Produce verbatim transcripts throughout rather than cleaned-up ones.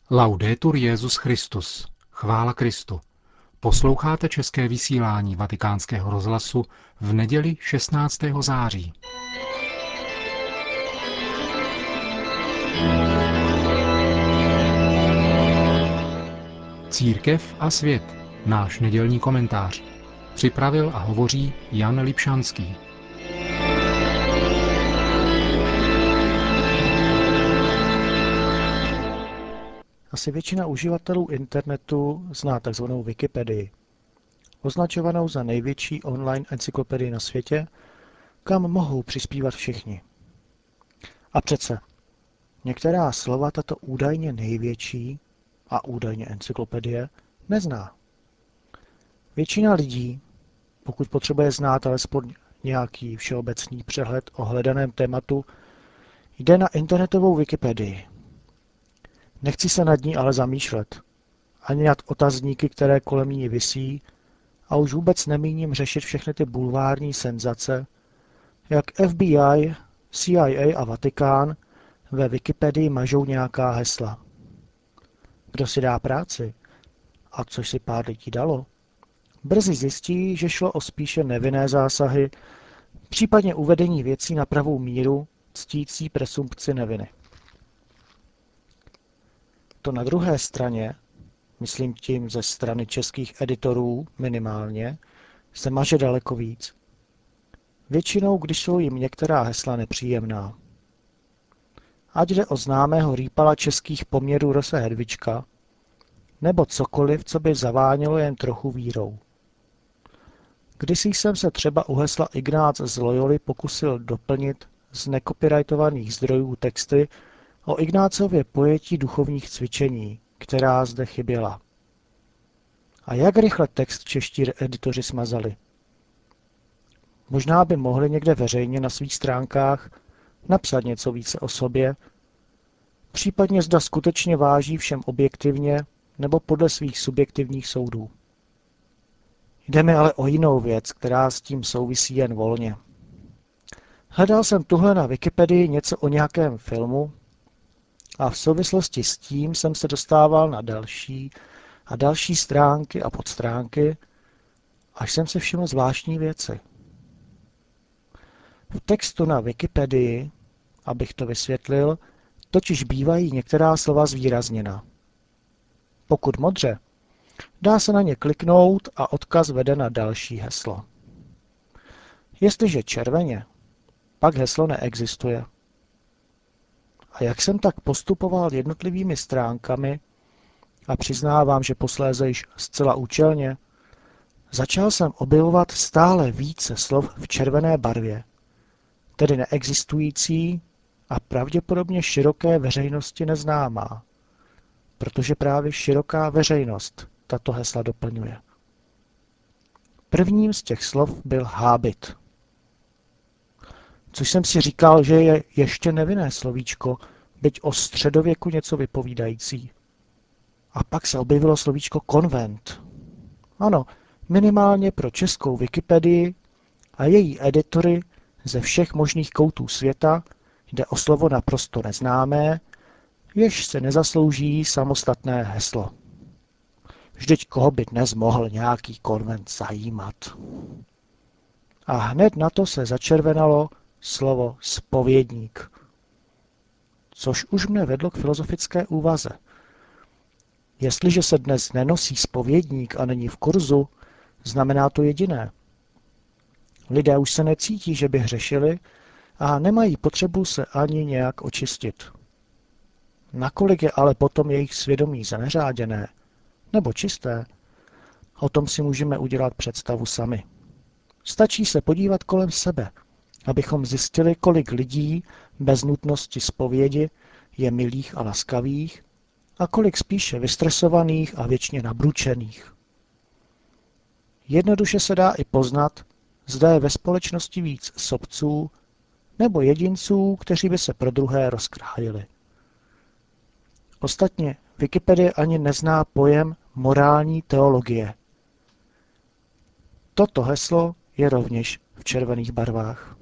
Laudetur Jesus Christus. Chvála Kristu. Posloucháte české vysílání Vatikánského rozhlasu v neděli šestnáctého září. Církev a svět. Náš nedělní komentář. Připravil a hovoří Jan Lipšanský. Asi většina uživatelů internetu zná tzv. Wikipedii, označovanou za největší online encyklopedii na světě, kam mohou přispívat všichni. A přece, některá slova tato údajně největší a údajně encyklopedie nezná. Většina lidí, pokud potřebuje znát alespoň nějaký všeobecný přehled o hledaném tématu, jde na internetovou Wikipedii. Nechci se nad ní ale zamýšlet, ani nad otazníky, které kolem ní visí, a už vůbec nemíním řešit všechny ty bulvární senzace, jak F B I, C I A a Vatikán ve Wikipedii mažou nějaká hesla. Kdo si dá práci, a což si pár lidí dalo, brzy zjistí, že šlo o spíše nevinné zásahy, případně uvedení věcí na pravou míru, ctící presumpci neviny. To na druhé straně, myslím tím ze strany českých editorů minimálně, se maže daleko víc. Většinou, když jsou jim některá hesla nepříjemná. Ať jde o známého rýpala českých poměrů Rose Hedvička, nebo cokoliv, co by zavánělo jen trochu vírou. Kdysi jsem se třeba u hesla Ignác z Loyoly pokusil doplnit z nekopyrightovaných zdrojů texty o Ignácově pojetí duchovních cvičení, která zde chyběla. A jak rychle text čeští editoři smazali. Možná by mohli někde veřejně na svých stránkách napsat něco více o sobě, případně zda skutečně váží všem objektivně nebo podle svých subjektivních soudů. Jde mi ale o jinou věc, která s tím souvisí jen volně. Hledal jsem tuhle na Wikipedii něco o nějakém filmu a v souvislosti s tím jsem se dostával na další a další stránky a podstránky, až jsem si všiml zvláštní věci. V textu na Wikipedii, abych to vysvětlil, totiž bývají některá slova zvýrazněna. Pokud modře, dá se na ně kliknout a odkaz vede na další heslo. Jestliže červeně, pak heslo neexistuje. A jak jsem tak postupoval jednotlivými stránkami, a přiznávám, že posléze již zcela účelně, začal jsem objevovat stále více slov v červené barvě, tedy neexistující a pravděpodobně široké veřejnosti neznámá, protože právě široká veřejnost tato hesla doplňuje. Prvním z těch slov byl hábit. Což jsem si říkal, že je ještě nevinné slovíčko, byť o středověku něco vypovídající. A pak se objevilo slovíčko konvent. Ano, minimálně pro českou Wikipedii a její editory ze všech možných koutů světa jde o slovo naprosto neznámé, jež se nezaslouží samostatné heslo. Vždyť koho by dnes mohl nějaký konvent zajímat. A hned na to se začervenalo slovo zpovědník. Což už mne vedlo k filozofické úvaze. Jestliže se dnes nenosí zpovědník a není v kurzu, znamená to jediné. Lidé už se necítí, že by hřešili a nemají potřebu se ani nějak očistit. Nakolik je ale potom jejich svědomí zaneřáděné nebo čisté, o tom si můžeme udělat představu sami. Stačí se podívat kolem sebe, abychom zjistili, kolik lidí bez nutnosti zpovědi je milých a laskavých a kolik spíše vystresovaných a věčně nabručených. Jednoduše se dá i poznat, zda je ve společnosti víc sobců nebo jedinců, kteří by se pro druhé rozkrájeli. Ostatně Wikipedie ani nezná pojem morální teologie. Toto heslo je rovněž v červených barvách.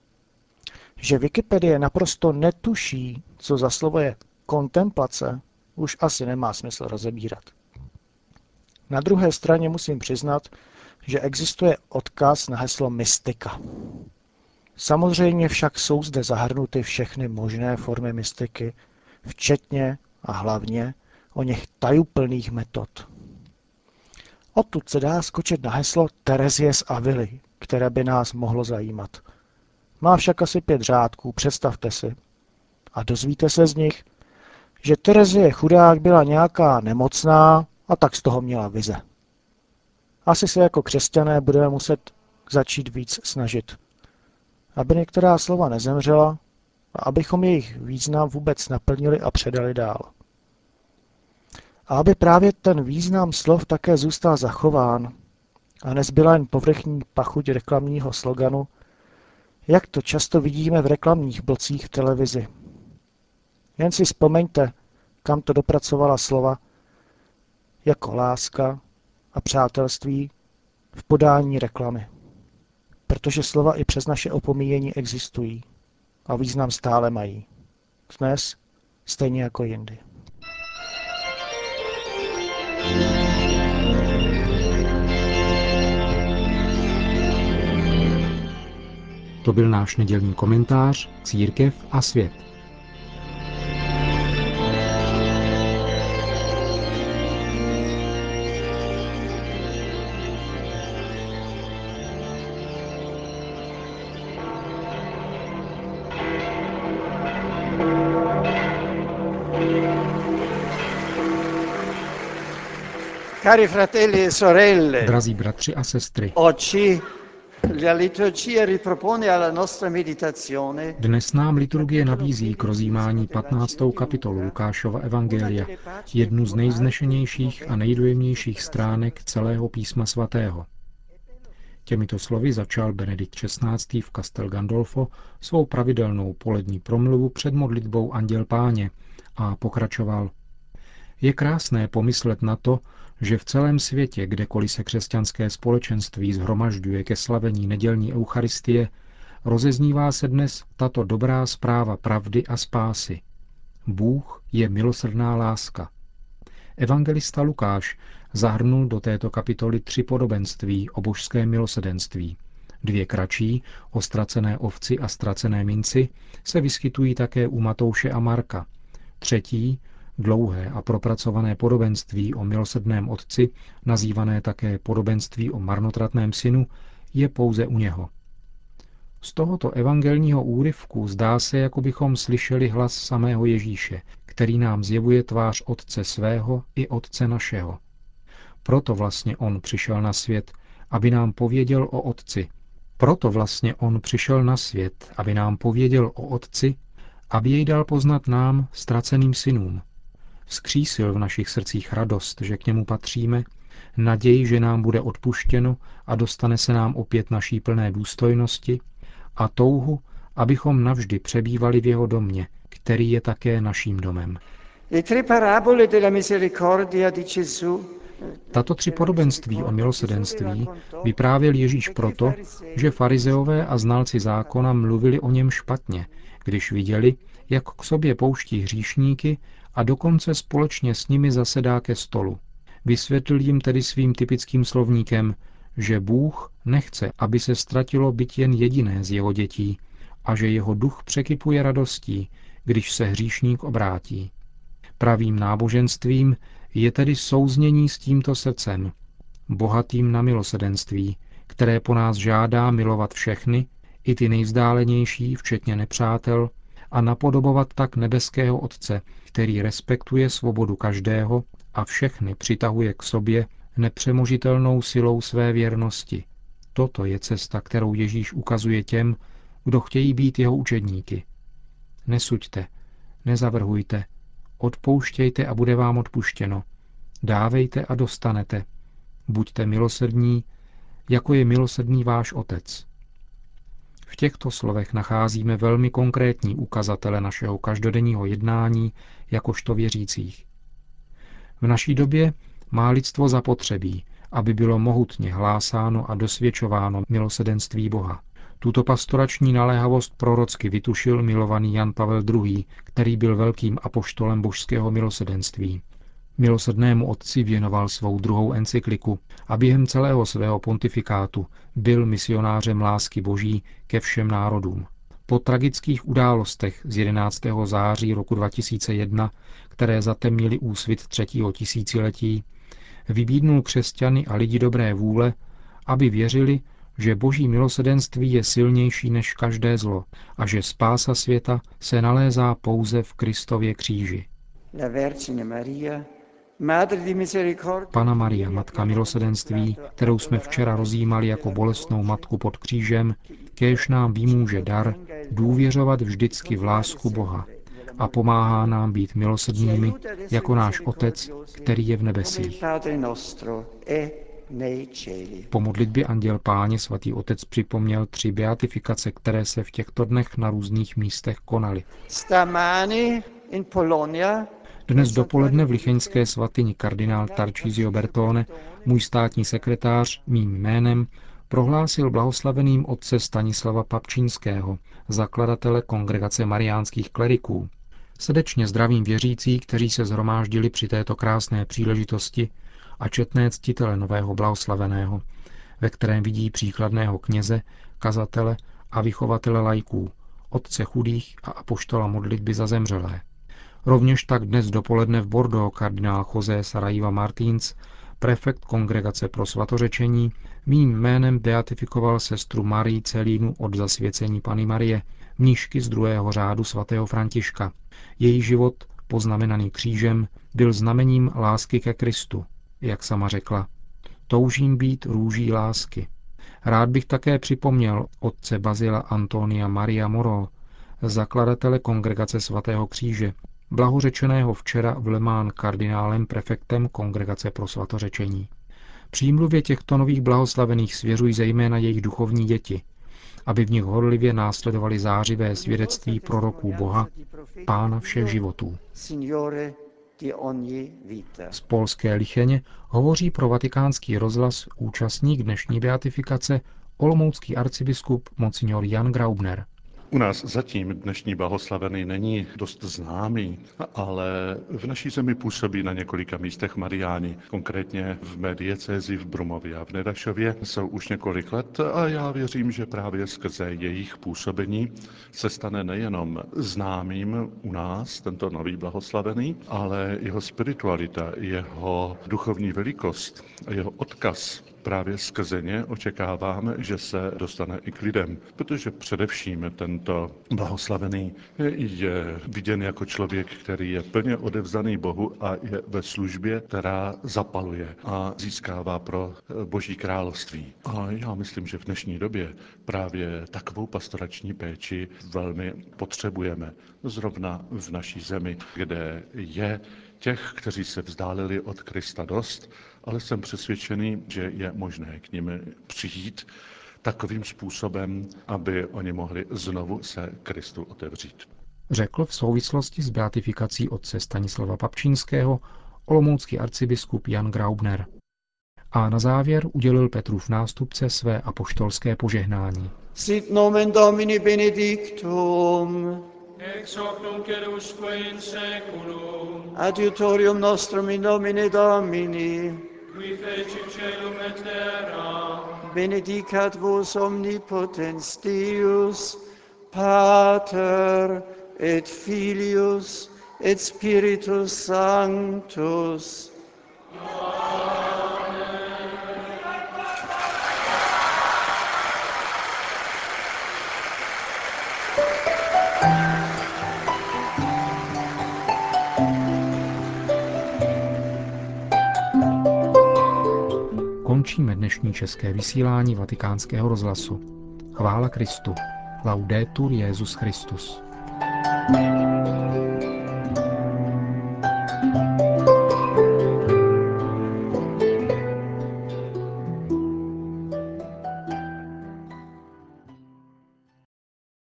Že Wikipedie naprosto netuší, co za slovo je kontemplace, už asi nemá smysl rozebírat. Na druhé straně musím přiznat, že existuje odkaz na heslo mystika. Samozřejmě však jsou zde zahrnuty všechny možné formy mystiky, včetně a hlavně o něch tajuplných metod. Odtud se dá skočit na heslo Terezie z Avily, které by nás mohlo zajímat. Má však asi pět řádků, představte si. A dozvíte se z nich, že Terezie chudák byla nějaká nemocná a tak z toho měla vize. Asi se jako křesťané budeme muset začít víc snažit, aby některá slova nezemřela a abychom jejich význam vůbec naplnili a předali dál. A aby právě ten význam slov také zůstal zachován a nezbyla jen povrchní pachuť reklamního sloganu, jak to často vidíme v reklamních blocích v televizi. Jen si vzpomeňte, kam to dopracovala slova jako láska a přátelství v podání reklamy. Protože slova i přes naše opomíjení existují a význam stále mají. Dnes stejně jako jindy. To byl náš nedělní komentář Církev a svět. Cari fratelli e sorelle, Drazí bratři a sestry, oggi la liturgia ripropone alla nostra meditazione dnes nám liturgie nabízí k rozjímání patnáctou kapitolu Lukášova evangelia, jednu z nejvznešenějších a nejdojemnějších stránek celého písma svatého. Těmito slovy začal Benedikt šestnáctý. v Castel Gandolfo svou pravidelnou polední promluvu před modlitbou Anděl Páně a pokračoval: Je krásné pomyslet na to, že v celém světě, kdekoliv se křesťanské společenství shromažďuje ke slavení nedělní eucharistie, rozeznívá se dnes tato dobrá zpráva pravdy a spásy. Bůh je milosrdná láska. Evangelista Lukáš zahrnul do této kapitoly tři podobenství o božském milosrdenství. Dvě kratší, o ztracené ovci a ztracené minci, se vyskytují také u Matouše a Marka. Třetí, dlouhé a propracované podobenství o milosrdném otci, nazývané také podobenství o marnotratném synu, je pouze u něho. Z tohoto evangelního úryvku zdá se, jako bychom slyšeli hlas samého Ježíše, který nám zjevuje tvář Otce svého i Otce našeho. Proto vlastně on přišel na svět, aby nám pověděl o Otci. Proto vlastně on přišel na svět, aby nám pověděl o Otci, aby jej dal poznat nám, ztraceným synům. Vzkřísil v našich srdcích radost, že k němu patříme, naději, že nám bude odpuštěno a dostane se nám opět naší plné důstojnosti, a touhu, abychom navždy přebývali v jeho domě, který je také naším domem. Tato tři podobenství o milosrdenství vyprávěl Ježíš proto, že farizeové a znalci zákona mluvili o něm špatně, když viděli, jak k sobě pouští hříšníky a dokonce společně s nimi zasedá ke stolu. Vysvětlil jim tedy svým typickým slovníkem, že Bůh nechce, aby se ztratilo byť jen jediné z jeho dětí a že jeho duch překypuje radostí, když se hříšník obrátí. Pravým náboženstvím je tedy souznění s tímto srdcem, bohatým na milosrdenství, které po nás žádá milovat všechny, i ty nejvzdálenější, včetně nepřátel, a napodobovat tak nebeského Otce, který respektuje svobodu každého a všechny přitahuje k sobě nepřemožitelnou silou své věrnosti. Toto je cesta, kterou Ježíš ukazuje těm, kdo chtějí být jeho učedníky. Nesuďte, nezavrhujte, odpouštějte a bude vám odpuštěno. Dávejte a dostanete. Buďte milosrdní, jako je milosrdný váš Otec. V těchto slovech nacházíme velmi konkrétní ukazatele našeho každodenního jednání jakožto věřících. V naší době má lidstvo zapotřebí, aby bylo mohutně hlásáno a dosvědčováno milosrdenství Boha. Tuto pastorační naléhavost prorocky vytušil milovaný Jan Pavel druhý., který byl velkým apoštolem božského milosrdenství. Milosrdnému otci věnoval svou druhou encykliku a během celého svého pontifikátu byl misionářem lásky boží ke všem národům. Po tragických událostech z jedenáctého září roku dva tisíce jedna, které zatemnily úsvit třetího tisíciletí, vybídnul křesťany a lidi dobré vůle, aby věřili, že boží milosrdenství je silnější než každé zlo a že spása světa se nalézá pouze v Kristově kříži. Panna Maria, Matka milosrdenství, kterou jsme včera rozjímali jako bolestnou matku pod křížem, kéž nám vymůže dar důvěřovat vždycky v lásku Boha a pomáhá nám být milosrdnými jako náš Otec, který je v nebesích. Po modlitbě Anděl Páně svatý otec připomněl tři beatifikace, které se v těchto dnech na různých místech konaly. Dnes dopoledne v licheňské svatyni kardinál Tarcísio Bertone, můj státní sekretář, mým jménem, prohlásil blahoslaveným otce Stanislava Papčínského, zakladatele Kongregace mariánských kleriků. Srdečně zdravím věřící, kteří se shromáždili při této krásné příležitosti, a četné ctitele nového blahoslaveného, ve kterém vidí příkladného kněze, kazatele a vychovatele laiků, otce chudých a apoštola modlitby za zemřelé. Rovněž tak dnes dopoledne v Bordeaux kardinál José Saraiva Martins, prefekt Kongregace pro svatořečení, mým jménem beatifikoval sestru Marii Celínu od zasvěcení Panny Marie, mníšky z druhého řádu svatého Františka. Její život, poznamenaný křížem, byl znamením lásky ke Kristu. Jak sama řekla, toužím být růží lásky. Rád bych také připomněl otce Bazila Antonia Maria Moro, zakladatele Kongregace svatého kříže, blahořečeného včera v Le Mans kardinálem prefektem Kongregace pro svatořečení. Přímluvě těchto nových blahoslavených svěřují zejména jejich duchovní děti, aby v nich horlivě následovali zářivé svědectví proroků Boha, Pána všech životů. Z polské Licheně hovoří pro Vatikánský rozhlas účastník dnešní beatifikace olomoucký arcibiskup monsignor Jan Graubner. U nás zatím dnešní blahoslavený není dost známý, ale v naší zemi působí na několika místech mariáni. Konkrétně v mé diecézi v Brumově a v Nedašově jsou už několik let a já věřím, že právě skrze jejich působení se stane nejenom známým u nás tento nový blahoslavený, ale jeho spiritualita, jeho duchovní velikost a jeho odkaz právě skrze ně očekáváme, že se dostane i k lidem, protože především tento blahoslavený je viděn jako člověk, který je plně odevzdaný Bohu a je ve službě, která zapaluje a získává pro Boží království. A já myslím, že v dnešní době právě takovou pastorační péči velmi potřebujeme. Zrovna v naší zemi, kde je těch, kteří se vzdálili od Krista dost, ale jsem přesvědčený, že je možné k nim přijít takovým způsobem, aby oni mohli znovu se Kristu otevřít. Řekl v souvislosti s beatifikací otce Stanislava Papčínského olomoucký arcibiskup Jan Graubner. A na závěr udělil Petrův nástupce své apoštolské požehnání. Sit nomen Domini benedictum. Ex hoc nunc et usque in seculum. Adiutorium nostrum in nomine Domini. Qui fecit caelum et terra. Benedicat vos omnipotens Deus, Pater et Filius et Spiritus Sanctus. Končíme dnešní české vysílání Vatikánského rozhlasu. Chvála Kristu. Laudetur Jesus Christus.